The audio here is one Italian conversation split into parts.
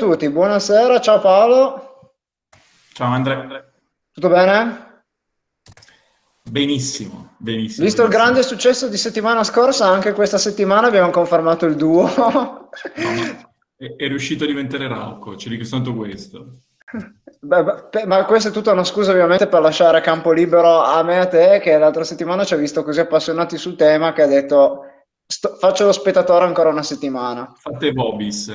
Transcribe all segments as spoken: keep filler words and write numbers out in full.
Tutti, buonasera, ciao Paolo, Ciao Andrea. tutto bene? Benissimo, benissimo, Visto il grande benissimo. successo di settimana scorsa, anche questa settimana abbiamo confermato il duo. No, ma è, è riuscito a diventare rauco, ci dico soltanto questo. Beh, beh, pe- ma questa è tutta una scusa ovviamente per lasciare campo libero a me e a te, che l'altra settimana ci ha visto così appassionati sul tema che ha detto "Sto- faccio lo spettatore ancora una settimana." Fate vobis.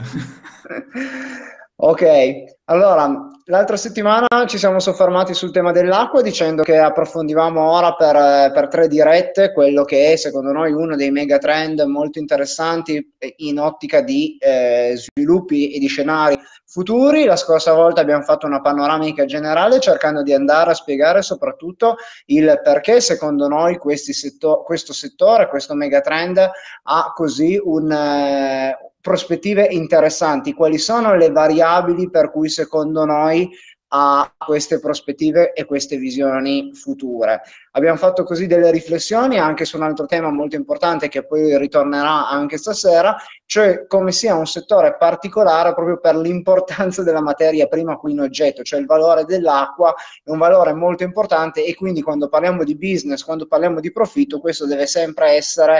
Ok, allora, l'altra settimana ci siamo soffermati sul tema dell'acqua dicendo che approfondivamo ora per, eh, per tre dirette quello che è secondo noi uno dei mega trend molto interessanti eh, in ottica di eh, sviluppi e di scenari futuri. La scorsa volta abbiamo fatto una panoramica generale cercando di andare a spiegare soprattutto il perché secondo noi questi setto- questo settore, questo megatrend ha così un, eh, prospettive interessanti. Quali sono le variabili per cui secondo noi ha queste prospettive e queste visioni future? Abbiamo fatto così delle riflessioni anche su un altro tema molto importante che poi ritornerà anche stasera, cioè come sia un settore particolare proprio per l'importanza della materia prima qui in oggetto, cioè il valore dell'acqua è un valore molto importante e quindi quando parliamo di business, quando parliamo di profitto, questo deve sempre essere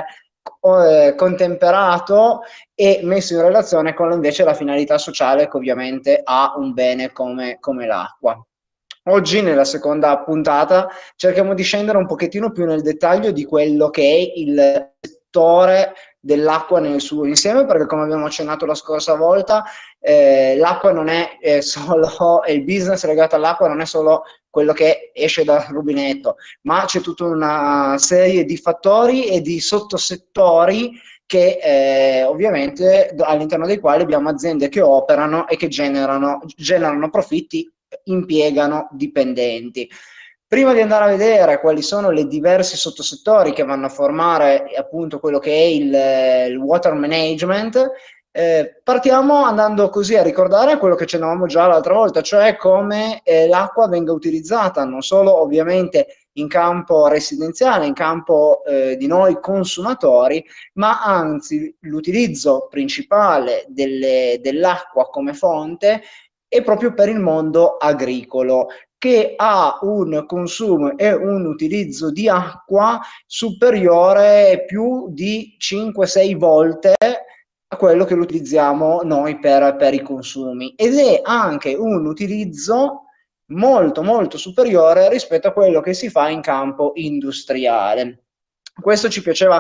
eh, contemperato e messo in relazione con invece la finalità sociale che ovviamente ha un bene come, come l'acqua. Oggi, nella seconda puntata, cerchiamo di scendere un pochettino più nel dettaglio di quello che è il settore dell'acqua nel suo insieme, perché come abbiamo accennato la scorsa volta, eh, l'acqua non è eh, solo, il business legato all'acqua non è solo quello che esce dal rubinetto, ma c'è tutta una serie di fattori e di sottosettori che eh, ovviamente all'interno dei quali abbiamo aziende che operano e che generano, generano profitti, impiegano dipendenti. Prima di andare a vedere quali sono i diversi sottosettori che vanno a formare appunto quello che è il, il water management, eh, partiamo andando così a ricordare quello che accennavamo già l'altra volta, cioè come eh, l'acqua venga utilizzata non solo ovviamente in campo residenziale, in campo eh, di noi consumatori, ma anzi l'utilizzo principale delle, dell'acqua come fonte è proprio per il mondo agricolo, che ha un consumo e un utilizzo di acqua superiore più di cinque sei volte a quello che lo utilizziamo noi per, per i consumi ed è anche un utilizzo molto molto superiore rispetto a quello che si fa in campo industriale. Questo ci piaceva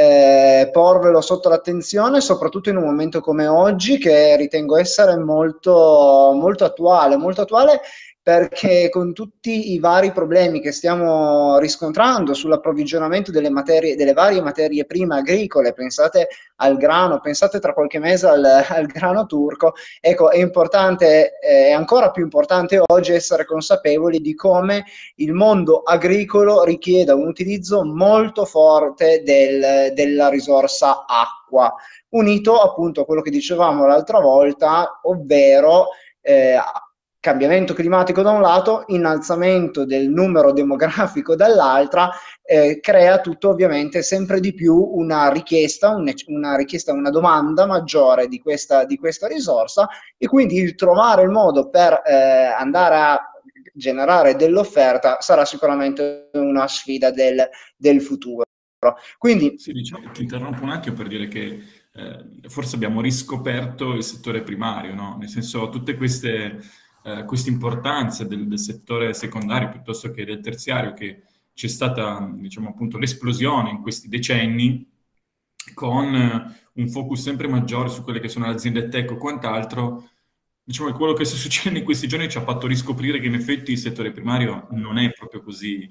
eh, porvelo sotto l'attenzione, soprattutto in un momento come oggi, che ritengo essere molto, molto attuale, molto attuale perché con tutti i vari problemi che stiamo riscontrando sull'approvvigionamento delle materie, delle varie materie prime agricole, pensate al grano, pensate tra qualche mese al, al grano turco, ecco, è importante, è ancora più importante oggi essere consapevoli di come il mondo agricolo richieda un utilizzo molto forte del, della risorsa acqua, unito appunto a quello che dicevamo l'altra volta, ovvero eh, cambiamento climatico da un lato, innalzamento del numero demografico dall'altra, eh, crea tutto ovviamente sempre di più una richiesta, un, una richiesta, una domanda maggiore di questa, di questa risorsa e quindi il trovare il modo per eh, andare a generare dell'offerta sarà sicuramente una sfida del, del futuro. Quindi Sì, diciamo, ti interrompo un attimo per dire che eh, forse abbiamo riscoperto il settore primario, no? Nel senso, tutte queste, eh, queste importanze del, del settore secondario piuttosto che del terziario, che c'è stata, diciamo, appunto, l'esplosione in questi decenni, con eh, un focus sempre maggiore su quelle che sono le aziende tech o quant'altro, diciamo che quello che sta succedendo in questi giorni ci ha fatto riscoprire che in effetti il settore primario non è proprio così,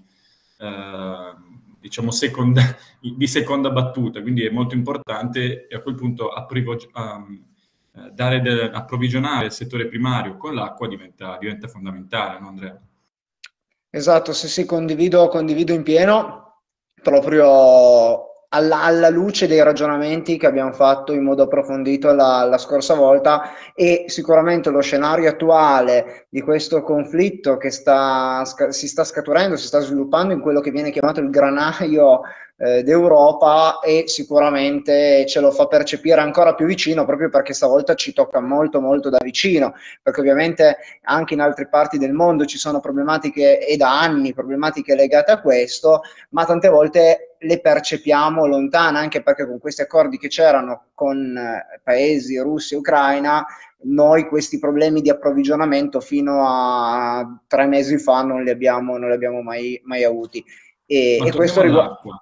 eh, diciamo, seconda, di seconda battuta, quindi è molto importante e a quel punto apprivo- um, eh, dare de- approvvigionare il settore primario con l'acqua diventa, diventa fondamentale, no Andrea? esatto, sì, sì, condivido, condivido in pieno, proprio alla, alla luce dei ragionamenti che abbiamo fatto in modo approfondito la, la scorsa volta, e sicuramente lo scenario attuale di questo conflitto che sta, sca- si sta scaturendo, si sta sviluppando in quello che viene chiamato il granaio eh, d'Europa, e sicuramente ce lo fa percepire ancora più vicino, proprio perché stavolta ci tocca molto molto da vicino, perché ovviamente anche in altre parti del mondo ci sono problematiche, e da anni problematiche legate a questo, ma tante volte le percepiamo lontane, anche perché con questi accordi che c'erano con eh, paesi Russia e Ucraina, noi questi problemi di approvvigionamento fino a tre mesi fa non li abbiamo, non li abbiamo mai, mai avuti. E, Ma e questo torniamo riguarda... all'acqua.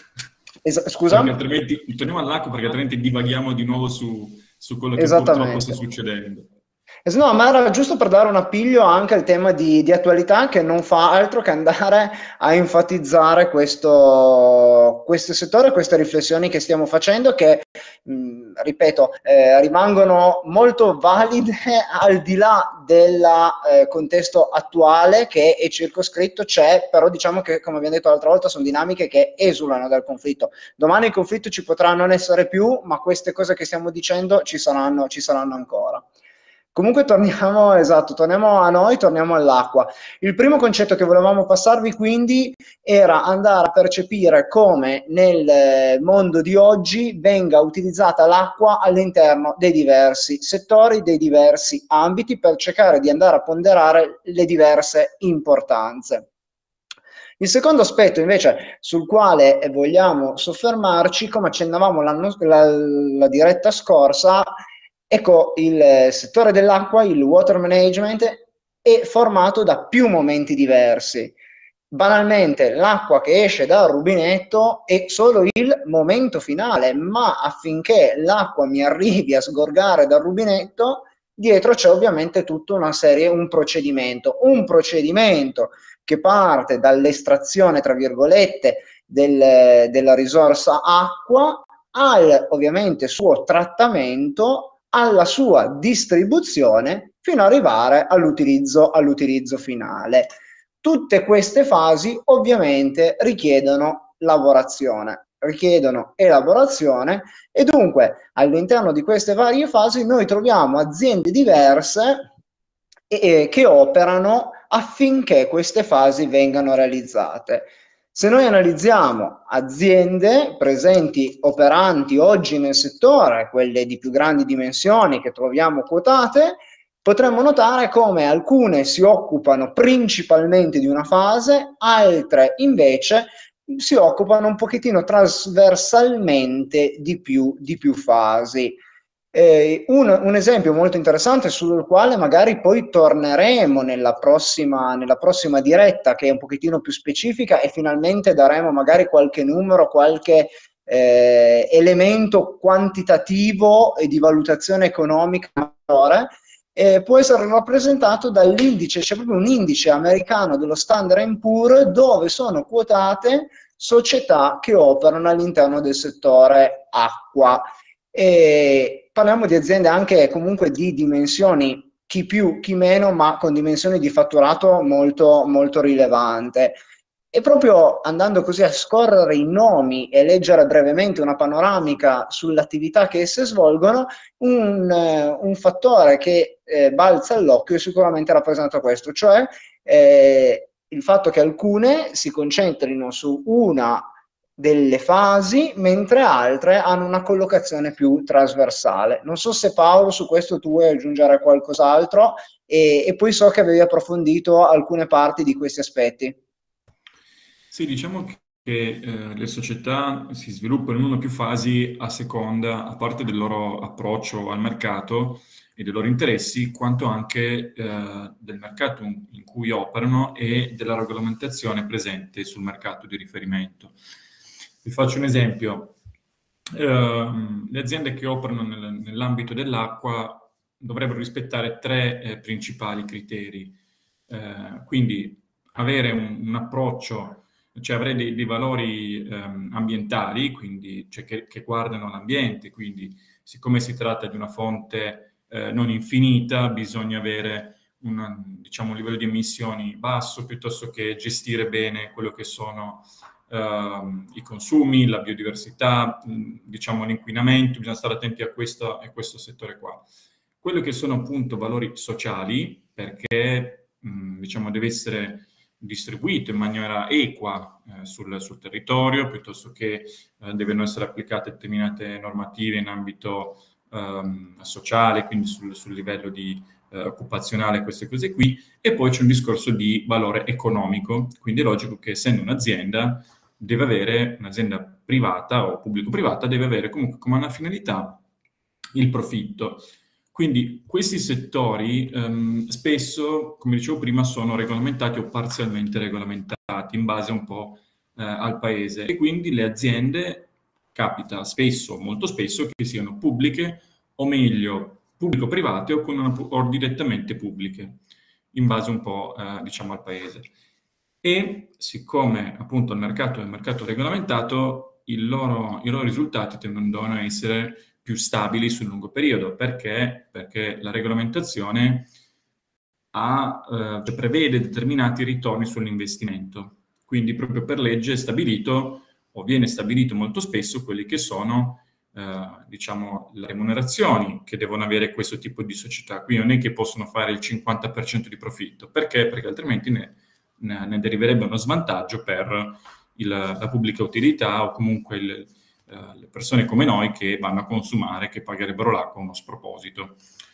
Es- Perché scusa? altrimenti, torniamo all'acqua perché altrimenti divaghiamo di nuovo su, su quello che purtroppo sta Esattamente. succedendo. Eh, No, ma era giusto per dare un appiglio anche al tema di, di attualità, che non fa altro che andare a enfatizzare questo, questo settore, queste riflessioni che stiamo facendo, che, mh, ripeto, eh, rimangono molto valide al di là del eh, contesto attuale che è circoscritto, c'è, però diciamo che, come abbiamo detto l'altra volta, sono dinamiche che esulano dal conflitto. Domani il conflitto ci potrà non essere più, ma queste cose che stiamo dicendo ci saranno, ci saranno ancora. Comunque torniamo, esatto, torniamo a noi, torniamo all'acqua. Il primo concetto che volevamo passarvi quindi era andare a percepire come nel eh, mondo di oggi venga utilizzata l'acqua all'interno dei diversi settori, dei diversi ambiti, per cercare di andare a ponderare le diverse importanze. Il secondo aspetto invece sul quale vogliamo soffermarci, come accennavamo l'anno- la, la diretta scorsa, ecco, il settore dell'acqua, il water management, è formato da più momenti diversi. Banalmente, l'acqua che esce dal rubinetto è solo il momento finale, ma affinché l'acqua mi arrivi a sgorgare dal rubinetto, dietro c'è ovviamente tutta una serie, un procedimento, un procedimento che parte dall'estrazione, tra virgolette, del, della risorsa acqua, al ovviamente suo trattamento, alla sua distribuzione, fino ad arrivare all'utilizzo, all'utilizzo finale. Tutte queste fasi ovviamente richiedono lavorazione, richiedono elaborazione, e dunque all'interno di queste varie fasi noi troviamo aziende diverse e, e che operano affinché queste fasi vengano realizzate. Se noi analizziamo aziende presenti, operanti oggi nel settore, quelle di più grandi dimensioni che troviamo quotate, potremmo notare come alcune si occupano principalmente di una fase, altre invece si occupano un pochettino trasversalmente di più, di più fasi. Eh, un, un esempio molto interessante sul quale magari poi torneremo nella prossima, nella prossima diretta, che è un pochettino più specifica, e finalmente daremo magari qualche numero, qualche eh, elemento quantitativo e di valutazione economica maggiore, eh, può essere rappresentato dall'indice, c'è proprio un indice americano dello Standard and Poor's, dove sono quotate società che operano all'interno del settore acqua. E parliamo di aziende anche comunque di dimensioni, chi più, chi meno, ma con dimensioni di fatturato molto, molto rilevante. E proprio andando così a scorrere i nomi e leggere brevemente una panoramica sull'attività che esse svolgono, un, eh, un fattore che eh, balza all'occhio è sicuramente rappresentato questo, cioè eh, il fatto che alcune si concentrino su una delle fasi, mentre altre hanno una collocazione più trasversale. Non so se Paolo su questo tu vuoi aggiungere qualcos'altro, e, e poi so che avevi approfondito alcune parti di questi aspetti. Sì, diciamo che eh, le società si sviluppano in una o più fasi a seconda, a parte del loro approccio al mercato e dei loro interessi, quanto anche eh, del mercato in in cui operano e della regolamentazione presente sul mercato di riferimento. Vi faccio un esempio. Ehm, le aziende che operano nel- nell'ambito dell'acqua dovrebbero rispettare tre eh, principali criteri. Eh, quindi avere un, un approccio, cioè avere dei, dei valori ehm, ambientali, quindi, cioè che, che guardano l'ambiente, quindi siccome si tratta di una fonte eh, non infinita, bisogna avere una- diciamo, un livello di emissioni basso, piuttosto che gestire bene quello che sono uh, i consumi, la biodiversità, mh, diciamo l'inquinamento, bisogna stare attenti a questo, a questo settore qua. Quello che sono appunto valori sociali, perché mh, diciamo deve essere distribuito in maniera equa eh, sul, sul territorio, piuttosto che eh, devono essere applicate determinate normative in ambito ehm, sociale, quindi sul, sul livello di, eh, occupazionale, queste cose qui, e poi c'è un discorso di valore economico, quindi è logico che essendo un'azienda deve avere, un'azienda privata o pubblico-privata, deve avere comunque come una finalità il profitto. Quindi questi settori ehm, spesso, come dicevo prima, sono regolamentati o parzialmente regolamentati in base un po' eh, al paese, e quindi le aziende capita spesso, molto spesso, che siano pubbliche o meglio pubblico-private o, con una, o direttamente pubbliche, in base un po' eh, diciamo al paese. E siccome appunto il mercato è un mercato regolamentato, il loro, i loro risultati tendono a essere più stabili sul lungo periodo. Perché? Perché la regolamentazione ha, eh, prevede determinati ritorni sull'investimento. Quindi proprio per legge è stabilito, o viene stabilito molto spesso, quelli che sono eh, diciamo le remunerazioni che devono avere questo tipo di società. Qui non è che possono fare il cinquanta per cento di profitto. Perché? Perché altrimenti ne, ne, ne deriverebbe uno svantaggio per il, la pubblica utilità o comunque il, le persone come noi che vanno a consumare, che pagherebbero l'acqua a uno sproposito.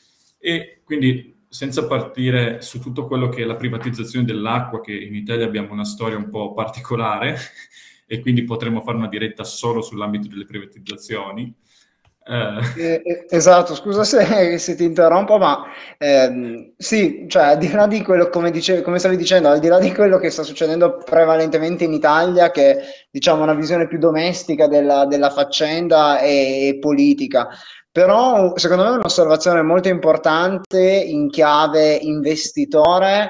E quindi, senza partire su tutto quello che è la privatizzazione dell'acqua, che in Italia abbiamo una storia un po' particolare e quindi potremmo fare una diretta solo sull'ambito delle privatizzazioni. Eh, eh, esatto, scusa se, se ti interrompo, ma ehm, sì, cioè al di là di quello, come dicevi, come stavi dicendo, al di là di quello che sta succedendo prevalentemente in Italia, che diciamo una visione più domestica della, della faccenda e, e politica, però secondo me è un'osservazione molto importante in chiave investitore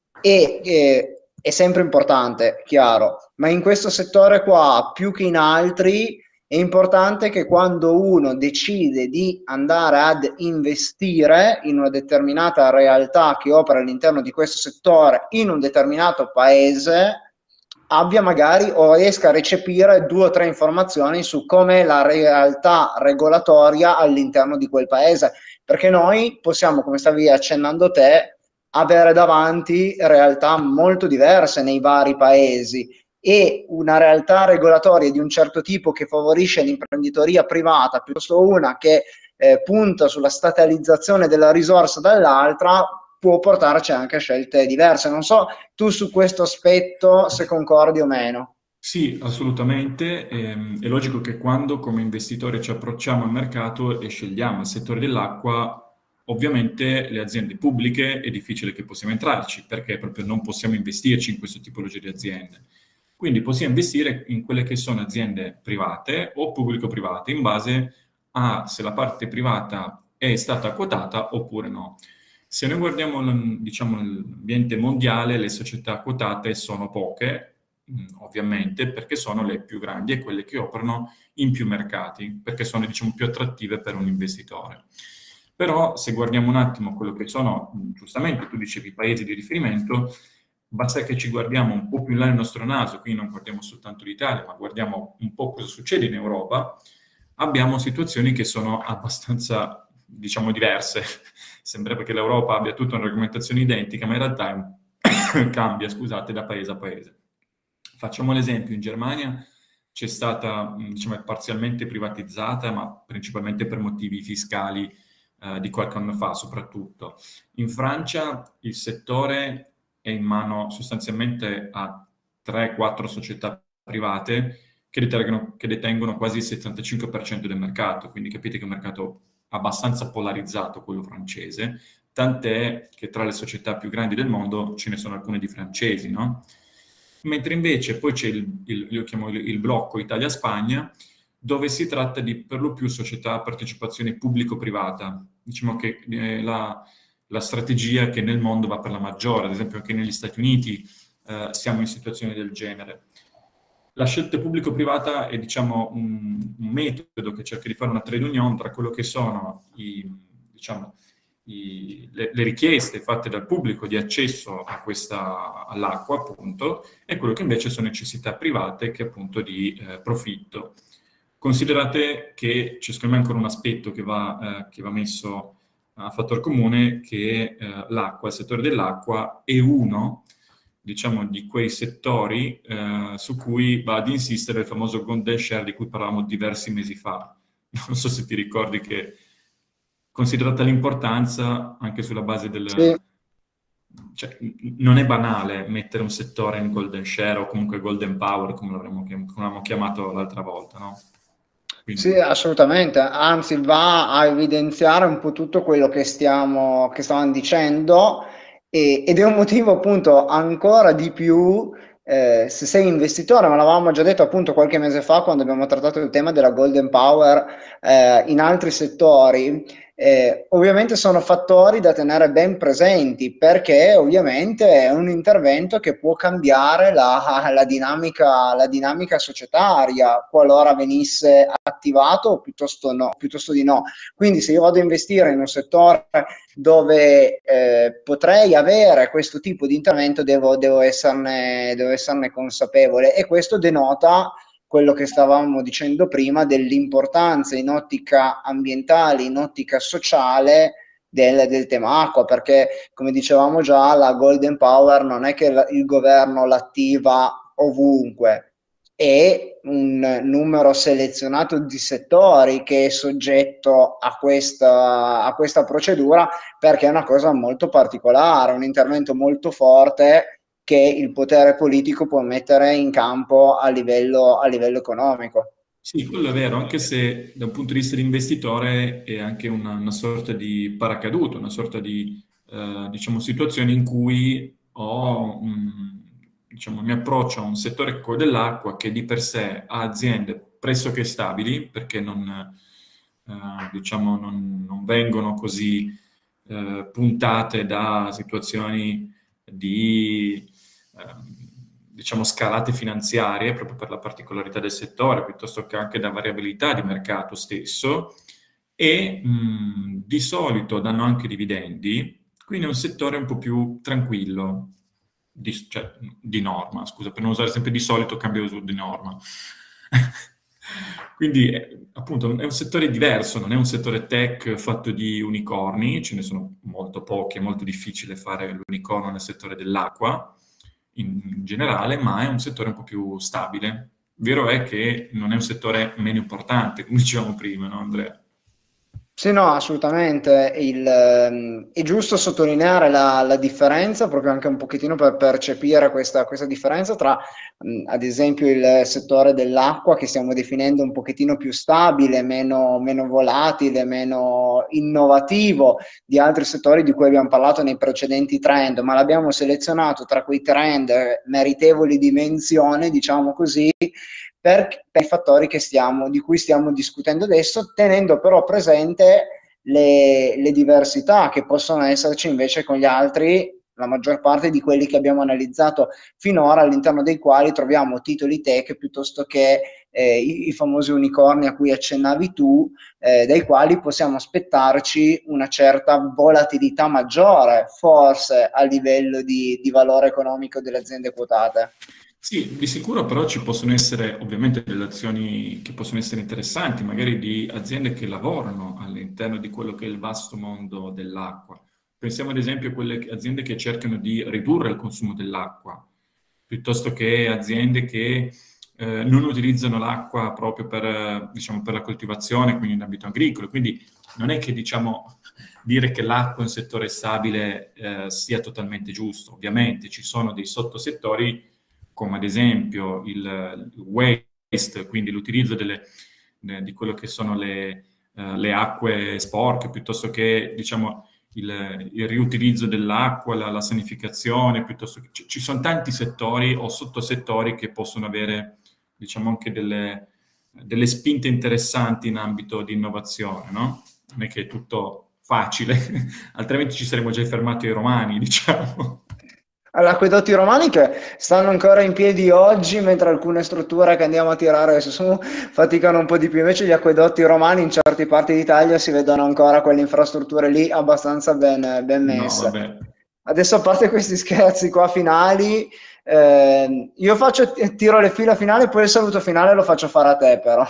e eh, è sempre importante, chiaro, ma in questo settore qua più che in altri è importante che quando uno decide di andare ad investire in una determinata realtà che opera all'interno di questo settore in un determinato paese, abbia magari o riesca a recepire due o tre informazioni su come la realtà regolatoria all'interno di quel paese, perché noi possiamo, come stavi accennando te, avere davanti realtà molto diverse nei vari paesi, e una realtà regolatoria di un certo tipo che favorisce l'imprenditoria privata piuttosto una che eh, punta sulla statalizzazione della risorsa dall'altra, può portarci anche a scelte diverse. Non so tu su questo aspetto se concordi o meno. Sì, assolutamente. Ehm, È logico che quando come investitore ci approcciamo al mercato e scegliamo il settore dell'acqua, ovviamente le aziende pubbliche è difficile che possiamo entrarci, perché proprio non possiamo investirci in questo tipologia di aziende. Quindi possiamo investire in quelle che sono aziende private o pubblico-private, in base a se la parte privata è stata quotata oppure no. Se noi guardiamo, diciamo, l'ambiente mondiale, le società quotate sono poche, ovviamente, perché sono le più grandi e quelle che operano in più mercati, perché sono, diciamo, più attrattive per un investitore. Però se guardiamo un attimo quello che sono, giustamente tu dicevi, i paesi di riferimento, basta che ci guardiamo un po' più in là del nostro naso, quindi non guardiamo soltanto l'Italia, ma guardiamo un po' cosa succede in Europa, abbiamo situazioni che sono abbastanza, diciamo, diverse. Sembra che l'Europa abbia tutta una regolamentazione identica, ma in realtà cambia, scusate, da paese a paese. Facciamo l'esempio, in Germania c'è stata, diciamo, parzialmente privatizzata, ma principalmente per motivi fiscali eh, di qualche anno fa soprattutto. In Francia il settore è in mano sostanzialmente a tre quattro società private che detengono, che detengono quasi il settantacinque per cento del mercato, quindi capite che è un mercato abbastanza polarizzato quello francese, tant'è che tra le società più grandi del mondo ce ne sono alcune di francesi, no? Mentre invece poi c'è il, il, io chiamo il, il blocco Italia-Spagna, dove si tratta di per lo più società a partecipazione pubblico-privata. Diciamo che eh, la, la strategia che nel mondo va per la maggiore, ad esempio anche negli Stati Uniti eh, siamo in situazioni del genere. La scelta pubblico-privata è, diciamo, un, un metodo che cerca di fare una trade union tra quello che sono i, diciamo, i, le, le richieste fatte dal pubblico di accesso a questa, all'acqua, appunto, e quello che invece sono necessità private che appunto di eh, profitto. Considerate che c'è secondo me ancora un aspetto che va, eh, che va messo a fattor comune, che eh, l'acqua, il settore dell'acqua è uno, diciamo, di quei settori eh, su cui va ad insistere il famoso golden share di cui parlavamo diversi mesi fa. Non so se ti ricordi che, considerata l'importanza anche sulla base Sì. del... Cioè, non è banale mettere un settore in golden share o comunque golden power, come l'avremmo chiam- come l'abbiamo chiamato l'altra volta, no? Sì, Quindi, assolutamente, anzi va a evidenziare un po' tutto quello che stiamo, che stavamo dicendo e- ed è un motivo appunto ancora di più eh, se sei investitore, ma l'avevamo già detto appunto qualche mese fa quando abbiamo trattato il tema della Golden Power eh, in altri settori. Eh, ovviamente sono fattori da tenere ben presenti perché ovviamente è un intervento che può cambiare la, la dinamica, la dinamica societaria qualora venisse attivato o piuttosto, no, piuttosto di no. Quindi se io vado a investire in un settore dove eh, potrei avere questo tipo di intervento devo, devo, esserne, devo esserne consapevole e questo denota quello che stavamo dicendo prima dell'importanza in ottica ambientale, in ottica sociale del, del tema acqua, perché come dicevamo già la Golden Power non è che la, il governo l'attiva ovunque, è un numero selezionato di settori che è soggetto a questa, a questa procedura perché è una cosa molto particolare, un intervento molto forte che il potere politico può mettere in campo a livello, a livello economico. sì, quello è vero, anche se da un punto di vista di investitore è anche una, una sorta di paracadute, una sorta di eh, diciamo, situazione in cui ho, un- diciamo, mi approccio a un settore come quello dell'acqua che di per sé ha aziende pressoché stabili, perché non, eh, diciamo, non, non vengono così eh, puntate da situazioni di ehm, diciamo, scalate finanziarie, proprio per la particolarità del settore, piuttosto che anche da variabilità di mercato stesso, e mh, di solito danno anche dividendi, quindi è un settore un po' più tranquillo, di, cioè, di norma, scusa, per non usare sempre di solito, cambio uso di norma. Quindi, eh, appunto, è un settore diverso, non è un settore tech fatto di unicorni, ce ne sono molto pochi, è molto difficile fare l'unicorno nel settore dell'acqua in generale, ma è un settore un po' più stabile. Vero è che non è un settore meno importante, come dicevamo prima, no, Andrea? Sì, no, assolutamente. Il, ehm, è giusto sottolineare la, la differenza, proprio anche un pochettino per percepire questa, questa differenza tra, mh, ad esempio, il settore dell'acqua che stiamo definendo un pochettino più stabile, meno, meno volatile, meno innovativo di altri settori di cui abbiamo parlato nei precedenti trend, ma l'abbiamo selezionato tra quei trend meritevoli di menzione, diciamo così, per, per i fattori che stiamo, di cui stiamo discutendo adesso, tenendo però presente le, le diversità che possono esserci invece con gli altri, la maggior parte di quelli che abbiamo analizzato finora, all'interno dei quali troviamo titoli tech piuttosto che eh, i, i famosi unicorni a cui accennavi tu, eh, dai quali possiamo aspettarci una certa volatilità maggiore, forse a livello di, di valore economico delle aziende quotate. Sì, di sicuro però ci possono essere ovviamente delle azioni che possono essere interessanti, magari di aziende che lavorano all'interno di quello che è il vasto mondo dell'acqua. Pensiamo ad esempio a quelle aziende che cercano di ridurre il consumo dell'acqua, piuttosto che aziende che eh, non utilizzano l'acqua proprio per, eh, diciamo, per la coltivazione, quindi in ambito agricolo. Quindi non è che diciamo, dire che l'acqua è un settore stabile eh, sia totalmente giusto. Ovviamente ci sono dei sottosettori come ad esempio il, il waste, quindi l'utilizzo delle, de, di quello che sono le, uh, le acque sporche, piuttosto che diciamo, il, il riutilizzo dell'acqua, la, la sanificazione, piuttosto che ci, ci sono tanti settori o sottosettori che possono avere diciamo, anche delle, delle spinte interessanti in ambito di innovazione, no? Non è che è tutto facile, altrimenti ci saremmo già fermati ai romani, diciamo. all'acquedotti romani che stanno ancora in piedi oggi, mentre alcune strutture che andiamo a tirare su faticano un po' di più. Invece gli acquedotti romani in certe parti d'Italia si vedono ancora quelle infrastrutture lì abbastanza ben, ben No, messe. vabbè. Adesso, a parte questi scherzi qua finali, eh, io faccio, tiro le fila finali, poi il saluto finale lo faccio fare a te, però.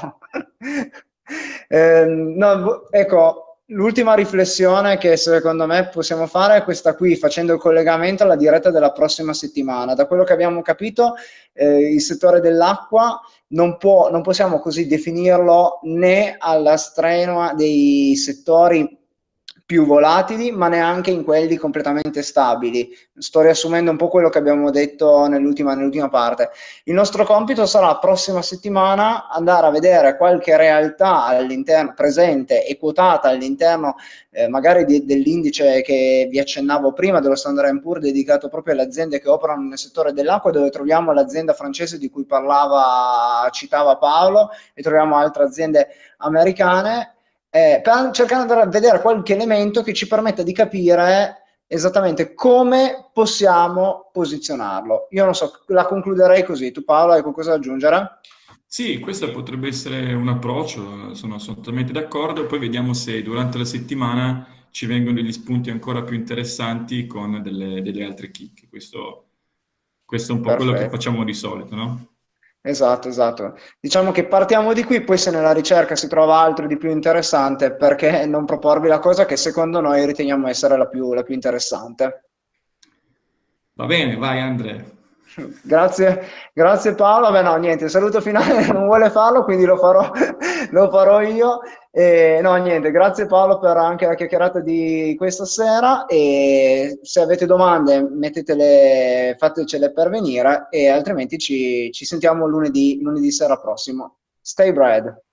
Eh, no, ecco, l'ultima riflessione che secondo me possiamo fare è questa qui, facendo il collegamento alla diretta della prossima settimana. Da quello che abbiamo capito, eh, il settore dell'acqua non può, non possiamo così definirlo né alla strenua dei settori più volatili, ma neanche in quelli completamente stabili. Sto riassumendo un po' quello che abbiamo detto nell'ultima, nell'ultima parte. Il nostro compito sarà la prossima settimana andare a vedere qualche realtà all'interno, presente e quotata all'interno eh, magari di, dell'indice che vi accennavo prima, dello Standard and Poor's, dedicato proprio alle aziende che operano nel settore dell'acqua, dove troviamo l'azienda francese di cui parlava, citava Paolo, e troviamo altre aziende americane, eh, per cercare di andare a vedere qualche elemento che ci permetta di capire esattamente come possiamo posizionarlo. Io non so, la concluderei così. Tu Paolo hai qualcosa da aggiungere? Sì, questo potrebbe essere un approccio, sono, sono totalmente d'accordo, poi vediamo se durante la settimana ci vengono degli spunti ancora più interessanti con delle, delle altre chicche. Questo, questo è un po' quello che Perfetto. facciamo di solito, no? Esatto, esatto. Diciamo che partiamo di qui, poi se nella ricerca si trova altro di più interessante, perché non proporvi la cosa che secondo noi riteniamo essere la più, la più interessante. Va bene, vai Andre. Grazie, grazie Paolo. Beh, no, niente, il saluto finale non vuole farlo, quindi lo farò, lo farò io. E, no, niente, grazie Paolo per anche la chiacchierata di questa sera. E se avete domande, mettetele, fatecele pervenire, e altrimenti ci, ci sentiamo lunedì, lunedì sera prossimo. Stay bread.